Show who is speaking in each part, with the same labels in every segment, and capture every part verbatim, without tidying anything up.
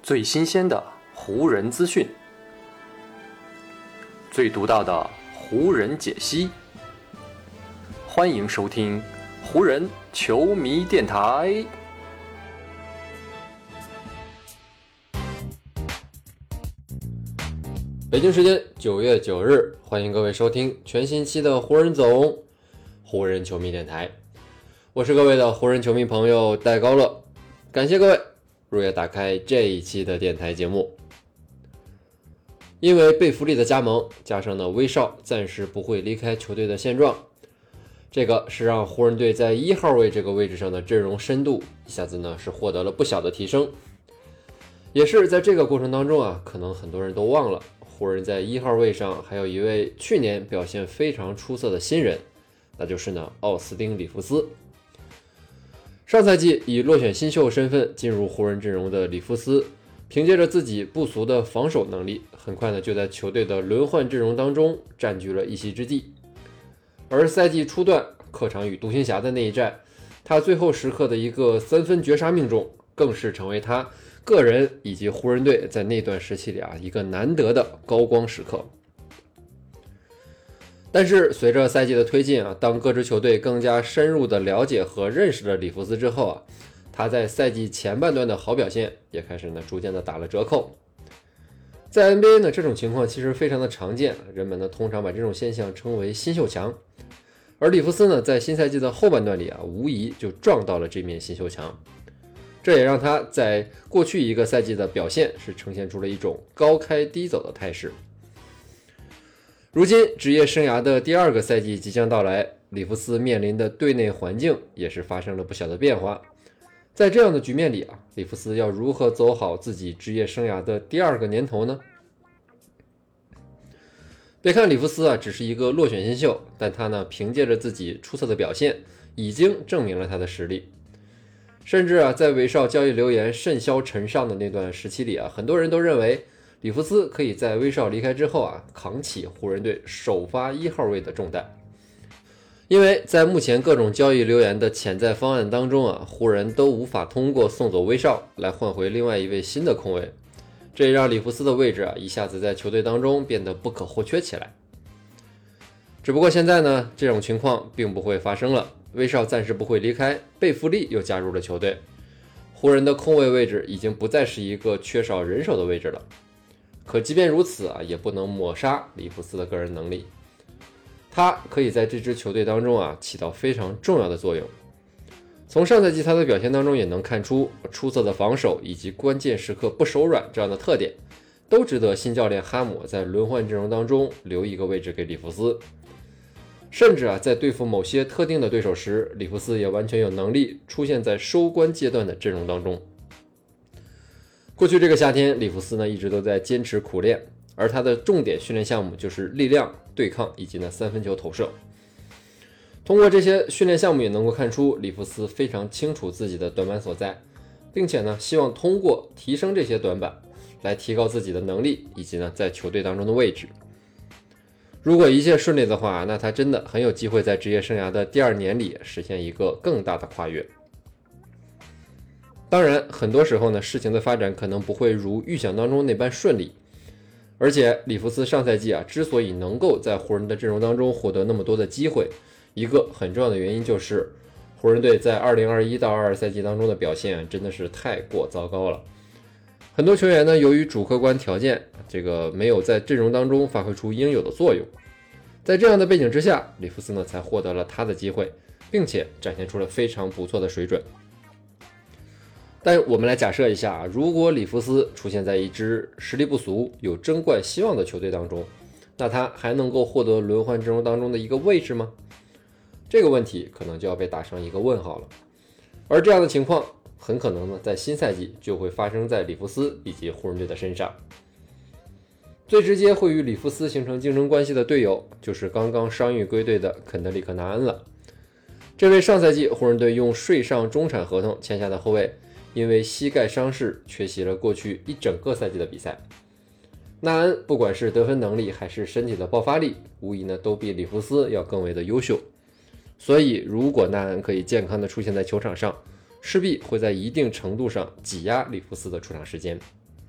Speaker 1: 最新鲜的湖人资讯，最独到的湖人解析。欢迎收听湖人球迷电台。
Speaker 2: 北京时间九月九日，欢迎各位收听全新期的湖人总湖人球迷电台。我是各位的湖人球迷朋友戴高乐，感谢各位入夜打开这一期的电台节目。因为贝弗利的加盟，加上呢威少暂时不会离开球队的现状，这个是让湖人队在一号位这个位置上的阵容深度一下子呢是获得了不小的提升。也是在这个过程当中啊，可能很多人都忘了，湖人在一号位上还有一位去年表现非常出色的新人，那就是呢奥斯汀·里弗斯。上赛季以落选新秀身份进入湖人阵容的里弗斯，凭借着自己不俗的防守能力，很快呢就在球队的轮换阵容当中占据了一席之地。而赛季初段客场与独行侠的那一战，他最后时刻的一个三分绝杀命中，更是成为他个人以及湖人队在那段时期里啊一个难得的高光时刻。但是随着赛季的推进啊，当各支球队更加深入的了解和认识了里弗斯之后啊，他在赛季前半段的好表现也开始呢逐渐的打了折扣。在 N B A 呢，这种情况其实非常的常见，人们呢通常把这种现象称为新秀墙。而里弗斯呢，在新赛季的后半段里啊，无疑就撞到了这面新秀墙。这也让他在过去一个赛季的表现是呈现出了一种高开低走的态势。如今职业生涯的第二个赛季即将到来，里弗斯面临的队内环境也是发生了不小的变化。在这样的局面里啊，里弗斯要如何走好自己职业生涯的第二个年头呢？别看里弗斯啊只是一个落选新秀，但他呢凭借着自己出色的表现，已经证明了他的实力。甚至啊，在威少交易流言甚嚣尘上的那段时期里啊，很多人都认为里弗斯可以在威少离开之后啊，扛起湖人队首发一号位的重担。因为在目前各种交易流言的潜在方案当中啊，湖人都无法通过送走威少来换回另外一位新的空位，这也让里弗斯的位置啊一下子在球队当中变得不可或缺起来。只不过现在呢，这种情况并不会发生了，威少暂时不会离开，贝弗利又加入了球队，湖人的空位位置已经不再是一个缺少人手的位置了。可即便如此啊，也不能抹杀里弗斯的个人能力，他可以在这支球队当中啊起到非常重要的作用。从上赛季他的表现当中也能看出，出色的防守以及关键时刻不手软这样的特点，都值得新教练哈姆在轮换阵容当中留一个位置给里弗斯。甚至啊，在对付某些特定的对手时，里弗斯也完全有能力出现在收官阶段的阵容当中。过去这个夏天，里弗斯呢一直都在坚持苦练，而他的重点训练项目就是力量、对抗以及呢三分球投射。通过这些训练项目也能够看出，里弗斯非常清楚自己的短板所在，并且呢希望通过提升这些短板来提高自己的能力以及呢在球队当中的位置。如果一切顺利的话，那他真的很有机会在职业生涯的第二年里实现一个更大的跨越。当然很多时候呢，事情的发展可能不会如预想当中那般顺利，而且里弗斯上赛季啊之所以能够在湖人的阵容当中获得那么多的机会，一个很重要的原因就是湖人队在二零二一到二二赛季当中的表现真的是太过糟糕了。很多球员呢，由于主客观条件，这个没有在阵容当中发挥出应有的作用。在这样的背景之下，里弗斯呢才获得了他的机会，并且展现出了非常不错的水准。但我们来假设一下，如果里弗斯出现在一支实力不俗、有争冠希望的球队当中，那他还能够获得轮换阵容当中的一个位置吗？这个问题可能就要被打上一个问号了。而这样的情况很可能呢，在新赛季就会发生在里弗斯以及湖人队的身上。最直接会与里弗斯形成竞争关系的队友，就是刚刚伤愈归队的肯德里克·纳恩了。这位上赛季湖人队用税上中产合同签下的后卫，因为膝盖伤势缺席了过去一整个赛季的比赛。纳恩不管是得分能力还是身体的爆发力，无疑呢都比里弗斯要更为的优秀。所以如果纳恩可以健康的出现在球场上，势必会在一定程度上挤压里弗斯的出场时间。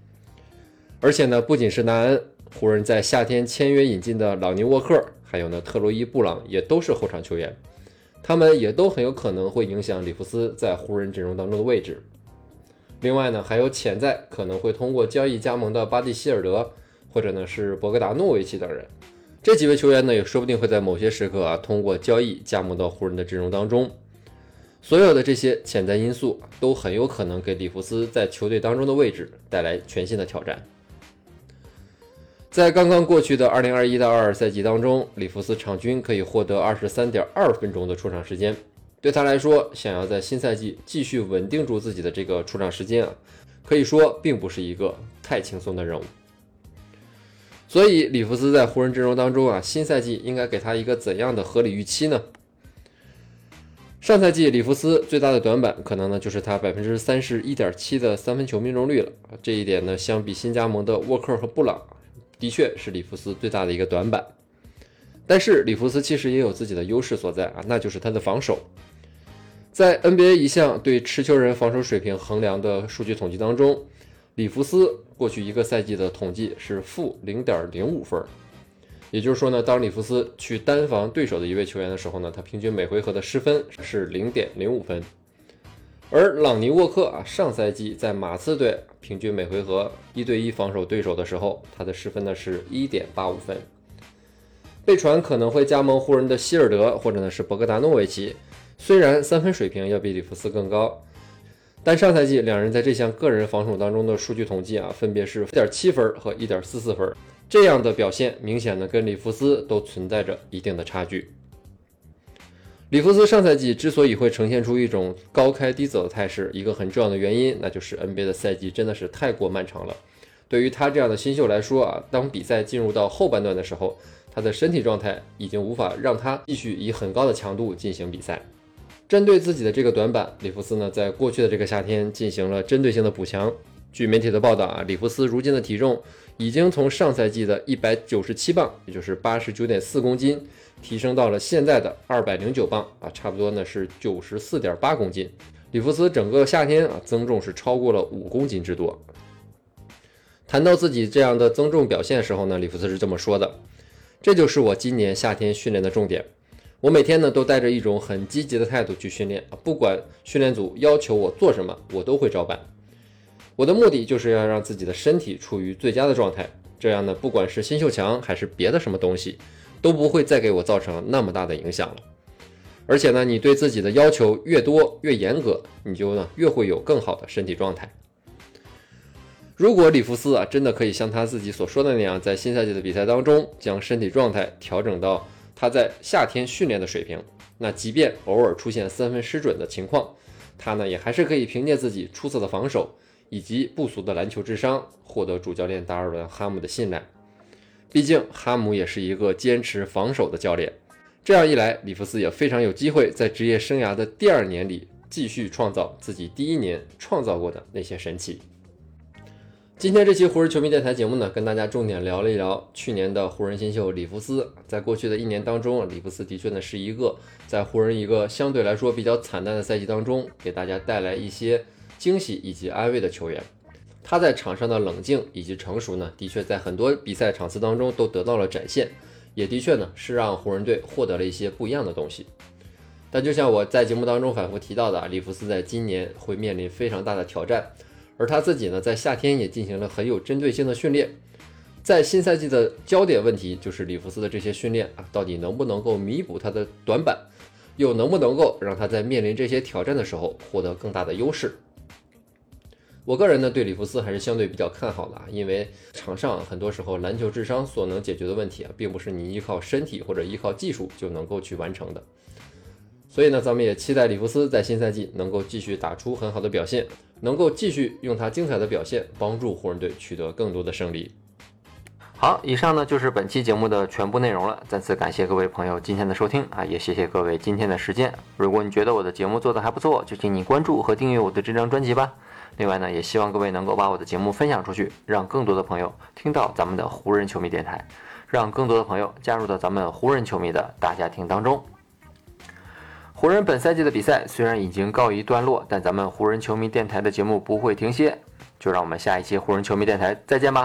Speaker 2: 而且呢，不仅是纳恩，湖人在夏天签约引进的朗尼沃克，还有呢特洛伊布朗也都是后场球员，他们也都很有可能会影响里弗斯在湖人阵容当中的位置。另外呢，还有潜在可能会通过交易加盟的巴蒂希尔德，或者呢是博格达诺维奇等人，这几位球员呢也说不定会在某些时刻啊通过交易加盟到湖人的阵容当中。所有的这些潜在因素都很有可能给里弗斯在球队当中的位置带来全新的挑战。在刚刚过去的二零二一到二二赛季当中，里弗斯场均可以获得 二十三点二分钟的出场时间，对他来说，想要在新赛季继续稳定住自己的这个出场时间啊，可以说并不是一个太轻松的任务。所以里弗斯在湖人阵容当中啊，新赛季应该给他一个怎样的合理预期呢？上赛季里弗斯最大的短板可能呢就是他 百分之三十一点七 的三分球命中率了，这一点呢相比新加盟的沃克和布朗的确是里弗斯最大的一个短板。但是里弗斯其实也有自己的优势所在啊，那就是他的防守。在 N B A 一项对持球人防守水平衡量的数据统计当中，里弗斯过去一个赛季的统计是负 零点零五 分。也就是说呢，当里弗斯去单防对手的一位球员的时候呢，他平均每回合的失分是 零点零五 分。而朗尼沃克啊，上赛季在马刺队平均每回合一对一防守对手的时候，他的失分呢是 一点八五 分。被传可能会加盟湖人的希尔德或者呢是博格达诺维奇，虽然三分水平要比里弗斯更高，但上赛季两人在这项个人防守当中的数据统计啊，分别是 一点七 分和 一点四四 分。这样的表现明显的跟里弗斯都存在着一定的差距。里弗斯上赛季之所以会呈现出一种高开低走的态势，一个很重要的原因，那就是 N B A 的赛季真的是太过漫长了。对于他这样的新秀来说啊，当比赛进入到后半段的时候，他的身体状态已经无法让他继续以很高的强度进行比赛。针对自己的这个短板，里弗斯呢在过去的这个夏天进行了针对性的补强。据媒体的报道啊，里弗斯如今的体重已经从上赛季的一百九十七磅，也就是 八十九点四公斤，提升到了现在的二百零九磅啊，差不多呢是 九十四点八公斤。里弗斯整个夏天啊增重是超过了五公斤之多。谈到自己这样的增重表现的时候呢，里弗斯是这么说的：这就是我今年夏天训练的重点。我每天呢都带着一种很积极的态度去训练，不管训练组要求我做什么，我都会照办。我的目的就是要让自己的身体处于最佳的状态，这样呢，不管是新秀墙还是别的什么东西，都不会再给我造成那么大的影响了。而且呢，你对自己的要求越多越严格，你就呢越会有更好的身体状态。如果里弗斯啊真的可以像他自己所说的那样，在新赛季的比赛当中将身体状态调整到他在夏天训练的水平，那即便偶尔出现三分失准的情况，他呢也还是可以凭借自己出色的防守以及不俗的篮球智商，获得主教练达尔文·哈姆的信赖。毕竟哈姆也是一个坚持防守的教练，这样一来，里弗斯也非常有机会在职业生涯的第二年里继续创造自己第一年创造过的那些神奇。今天这期湖人球迷电台节目呢，跟大家重点聊了一聊去年的湖人新秀里弗斯。在过去的一年当中，里弗斯的确呢是一个在湖人一个相对来说比较惨淡的赛季当中，给大家带来一些惊喜以及安慰的球员。他在场上的冷静以及成熟呢，的确在很多比赛场次当中都得到了展现，也的确呢是让湖人队获得了一些不一样的东西。但就像我在节目当中反复提到的，里弗斯在今年会面临非常大的挑战，而他自己呢在夏天也进行了很有针对性的训练。在新赛季的焦点问题就是里弗斯的这些训练啊，到底能不能够弥补他的短板，又能不能够让他在面临这些挑战的时候获得更大的优势。我个人呢对里弗斯还是相对比较看好的啊，因为场上很多时候篮球智商所能解决的问题啊，并不是你依靠身体或者依靠技术就能够去完成的。所以呢，咱们也期待里弗斯在新赛季能够继续打出很好的表现，能够继续用他精彩的表现帮助湖人队取得更多的胜利。
Speaker 1: 好，以上呢就是本期节目的全部内容了。再次感谢各位朋友今天的收听啊，也谢谢各位今天的时间。如果你觉得我的节目做得还不错，就请你关注和订阅我的这张专辑吧。另外呢，也希望各位能够把我的节目分享出去，让更多的朋友听到咱们的湖人球迷电台，让更多的朋友加入到咱们湖人球迷的大家庭当中。湖人本赛季的比赛虽然已经告一段落，但咱们湖人球迷电台的节目不会停歇，就让我们下一期湖人球迷电台再见吧，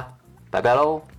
Speaker 1: 拜拜喽。